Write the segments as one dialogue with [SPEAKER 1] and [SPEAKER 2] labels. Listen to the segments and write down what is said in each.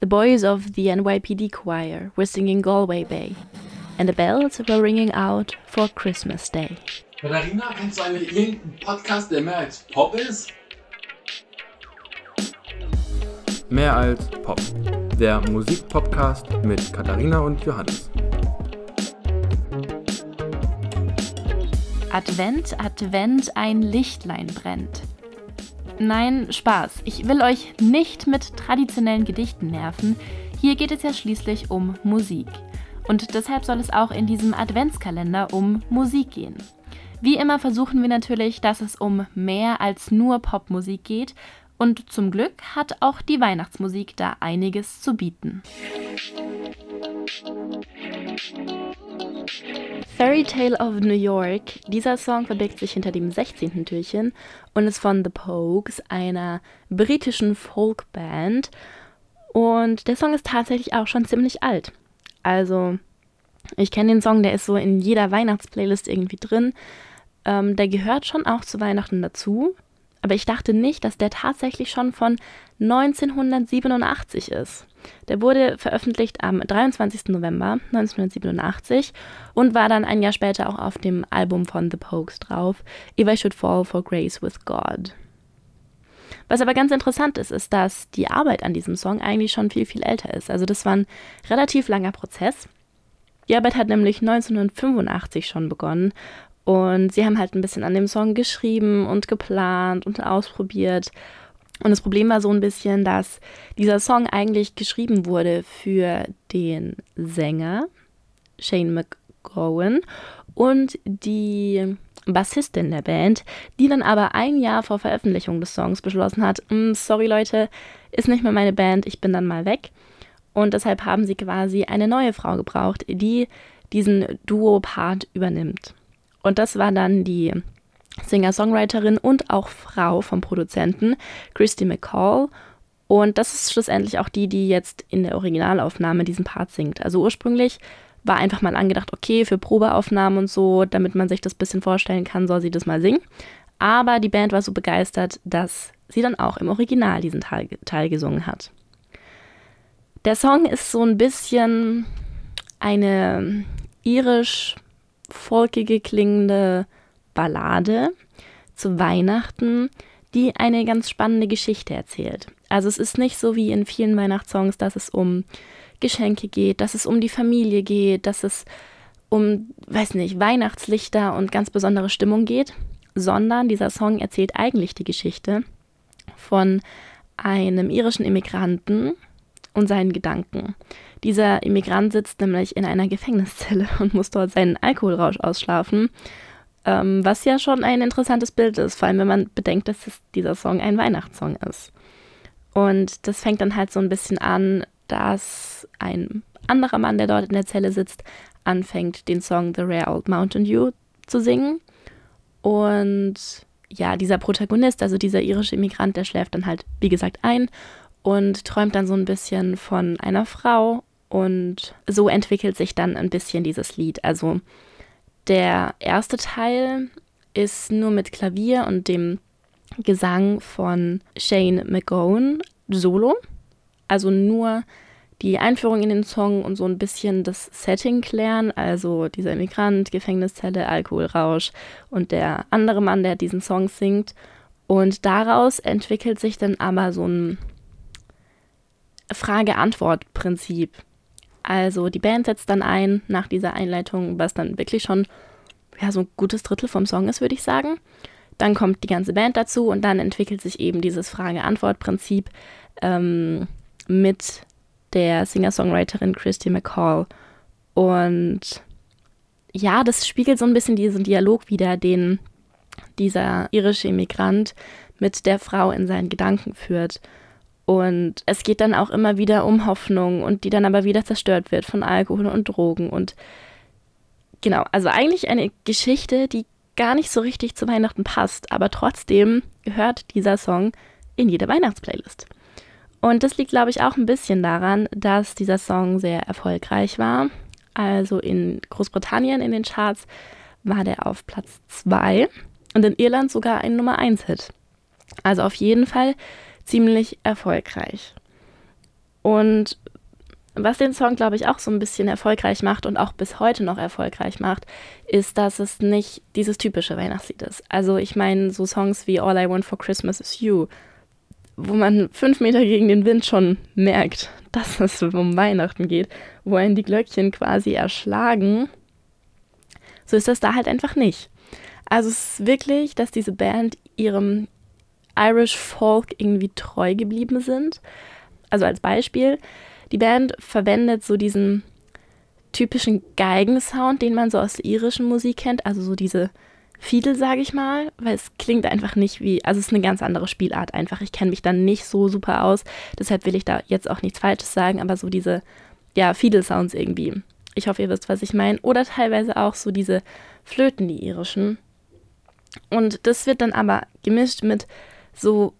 [SPEAKER 1] The boys of the NYPD choir were singing Galway Bay, and the bells were ringing out for Christmas Day.
[SPEAKER 2] Katharina, kennst du irgendeinen Podcast, der mehr als Pop ist?
[SPEAKER 3] Mehr als Pop. Der Musikpodcast mit Katharina und Johannes.
[SPEAKER 1] Advent, Advent, ein Lichtlein brennt. Nein, Spaß. Ich will euch nicht mit traditionellen Gedichten nerven. Hier geht es ja schließlich um Musik. Und deshalb soll es auch in diesem Adventskalender um Musik gehen. Wie immer versuchen wir natürlich, dass es um mehr als nur Popmusik geht. Und zum Glück hat auch die Weihnachtsmusik da einiges zu bieten. Fairy Tale of New York, dieser Song verbirgt sich hinter dem 16. Türchen und ist von The Pogues, einer britischen Folkband. Und der Song ist tatsächlich auch schon ziemlich alt. Also, ich kenne den Song, der ist so in jeder Weihnachtsplaylist irgendwie drin. Der gehört schon auch zu Weihnachten dazu. Aber ich dachte nicht, dass der tatsächlich schon von 1987 ist. Der wurde veröffentlicht am 23. November 1987 und war dann ein Jahr später auch auf dem Album von The Pogues drauf, If I Should Fall for Grace with God. Was aber ganz interessant ist, ist, dass die Arbeit an diesem Song eigentlich schon viel, viel älter ist. Also das war ein relativ langer Prozess. Die Arbeit hat nämlich 1985 schon begonnen. Und sie haben halt ein bisschen an dem Song geschrieben und geplant und ausprobiert. Und das Problem war so ein bisschen, dass dieser Song eigentlich geschrieben wurde für den Sänger Shane MacGowan und die Bassistin der Band, die dann aber ein Jahr vor Veröffentlichung des Songs beschlossen hat, sorry Leute, ist nicht mehr meine Band, ich bin dann mal weg. Und deshalb haben sie quasi eine neue Frau gebraucht, die diesen Duo-Part übernimmt. Und das war dann die Singer-Songwriterin und auch Frau vom Produzenten, Kirsty MacColl. Und das ist schlussendlich auch die jetzt in der Originalaufnahme diesen Part singt. Also ursprünglich war einfach mal angedacht, okay, für Probeaufnahmen und so, damit man sich das ein bisschen vorstellen kann, soll sie das mal singen. Aber die Band war so begeistert, dass sie dann auch im Original diesen Teil gesungen hat. Der Song ist so ein bisschen eine irisch-folkige klingende Ballade zu Weihnachten, die eine ganz spannende Geschichte erzählt. Also es ist nicht so wie in vielen Weihnachtssongs, dass es um Geschenke geht, dass es um die Familie geht, dass es um, Weihnachtslichter und ganz besondere Stimmung geht, sondern dieser Song erzählt eigentlich die Geschichte von einem irischen Immigranten und seinen Gedanken. Dieser Immigrant sitzt nämlich in einer Gefängniszelle und muss dort seinen Alkoholrausch ausschlafen, was ja schon ein interessantes Bild ist, vor allem wenn man bedenkt, dass dieser Song ein Weihnachtssong ist. Und das fängt dann halt so ein bisschen an, dass ein anderer Mann, der dort in der Zelle sitzt, anfängt, den Song The Rare Old Mountain Dew zu singen. Und ja, dieser Protagonist, also dieser irische Immigrant, der schläft dann halt, wie gesagt, ein und träumt dann so ein bisschen von einer Frau. Und so entwickelt sich dann ein bisschen dieses Lied. Also der erste Teil ist nur mit Klavier und dem Gesang von Shane MacGowan solo. Also nur die Einführung in den Song und so ein bisschen das Setting klären. Also dieser Immigrant, Gefängniszelle, Alkoholrausch und der andere Mann, der diesen Song singt. Und daraus entwickelt sich dann aber so ein Frage-Antwort-Prinzip. Also die Band setzt dann ein nach dieser Einleitung, was dann wirklich schon so ein gutes Drittel vom Song ist, würde ich sagen. Dann kommt die ganze Band dazu und dann entwickelt sich eben dieses Frage-Antwort-Prinzip mit der Singer-Songwriterin Kirsty MacColl. Und ja, das spiegelt so ein bisschen diesen Dialog wider, den dieser irische Immigrant mit der Frau in seinen Gedanken führt. Und es geht dann auch immer wieder um Hoffnung und die dann aber wieder zerstört wird von Alkohol und Drogen. Und genau, also eigentlich eine Geschichte, die gar nicht so richtig zu Weihnachten passt, aber trotzdem gehört dieser Song in jede Weihnachtsplaylist. Und das liegt, glaube ich, auch ein bisschen daran, dass dieser Song sehr erfolgreich war. Also in Großbritannien in den Charts war der auf Platz 2 und in Irland sogar ein Nummer-1-Hit. Also auf jeden Fall ziemlich erfolgreich. Und was den Song, glaube ich, auch so ein bisschen erfolgreich macht und auch bis heute noch erfolgreich macht, ist, dass es nicht dieses typische Weihnachtslied ist. Also ich meine, so Songs wie All I Want for Christmas is You, wo man 5 Meter gegen den Wind schon merkt, dass es um Weihnachten geht, wo einen die Glöckchen quasi erschlagen. So ist das da halt einfach nicht. Also es ist wirklich, dass diese Band ihrem Irish Folk irgendwie treu geblieben sind. Also als Beispiel, die Band verwendet so diesen typischen Geigensound, den man so aus der irischen Musik kennt, also so diese Fiedel, sage ich mal, weil es klingt einfach nicht wie, also es ist eine ganz andere Spielart einfach. Ich kenne mich da nicht so super aus, deshalb will ich da jetzt auch nichts Falsches sagen, aber so diese, ja, Fiedel-Sounds irgendwie. Ich hoffe, ihr wisst, was ich meine. Oder teilweise auch so diese Flöten, die irischen. Und das wird dann aber gemischt mit so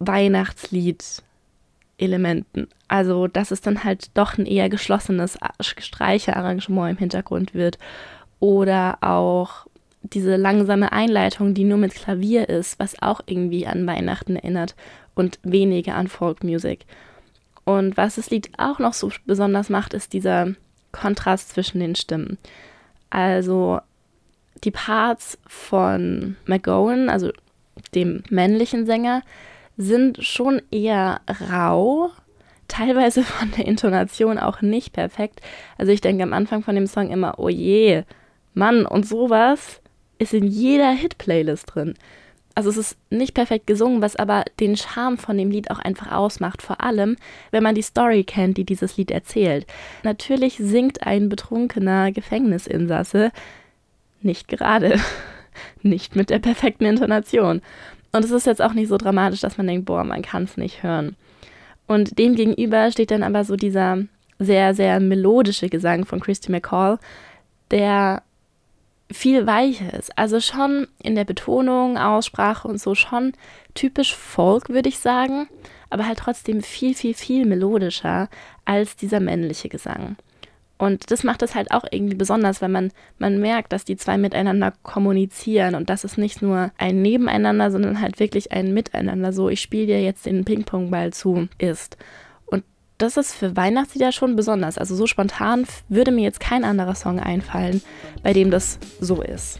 [SPEAKER 1] Weihnachtslied-Elementen. Also, dass es dann halt doch ein eher geschlossenes Streicherarrangement im Hintergrund wird. Oder auch diese langsame Einleitung, die nur mit Klavier ist, was auch irgendwie an Weihnachten erinnert und weniger an Folkmusik. Und was das Lied auch noch so besonders macht, ist dieser Kontrast zwischen den Stimmen. Also die Parts von McGowan, also dem männlichen Sänger, sind schon eher rau, teilweise von der Intonation auch nicht perfekt. Also ich denke am Anfang von dem Song immer, oh je, Mann, und sowas ist in jeder Hit-Playlist drin. Also es ist nicht perfekt gesungen, was aber den Charme von dem Lied auch einfach ausmacht. Vor allem, wenn man die Story kennt, die dieses Lied erzählt. Natürlich singt ein betrunkener Gefängnisinsasse nicht gerade, nicht mit der perfekten Intonation. Und es ist jetzt auch nicht so dramatisch, dass man denkt, boah, man kann es nicht hören. Und dem gegenüber steht dann aber so dieser sehr, sehr melodische Gesang von Kirsty MacColl, der viel weicher ist. Also schon in der Betonung, Aussprache und so schon typisch Folk, würde ich sagen, aber halt trotzdem viel, viel, viel melodischer als dieser männliche Gesang. Und das macht es halt auch irgendwie besonders, weil man merkt, dass die zwei miteinander kommunizieren und dass es nicht nur ein Nebeneinander, sondern halt wirklich ein Miteinander, so ich spiele dir jetzt den Ping-Pong-Ball zu, ist. Und das ist für Weihnachtslieder schon besonders. Also so spontan würde mir jetzt kein anderer Song einfallen, bei dem das so ist.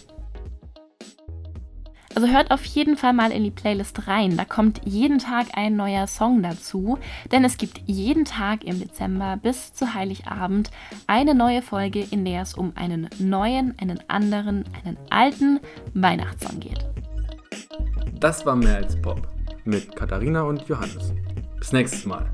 [SPEAKER 1] Also hört auf jeden Fall mal in die Playlist rein. Da kommt jeden Tag ein neuer Song dazu, denn es gibt jeden Tag im Dezember bis zu Heiligabend eine neue Folge, in der es um einen neuen, einen anderen, einen alten Weihnachtssong geht.
[SPEAKER 3] Das war Mehr als Pop mit Katharina und Johannes. Bis nächstes Mal.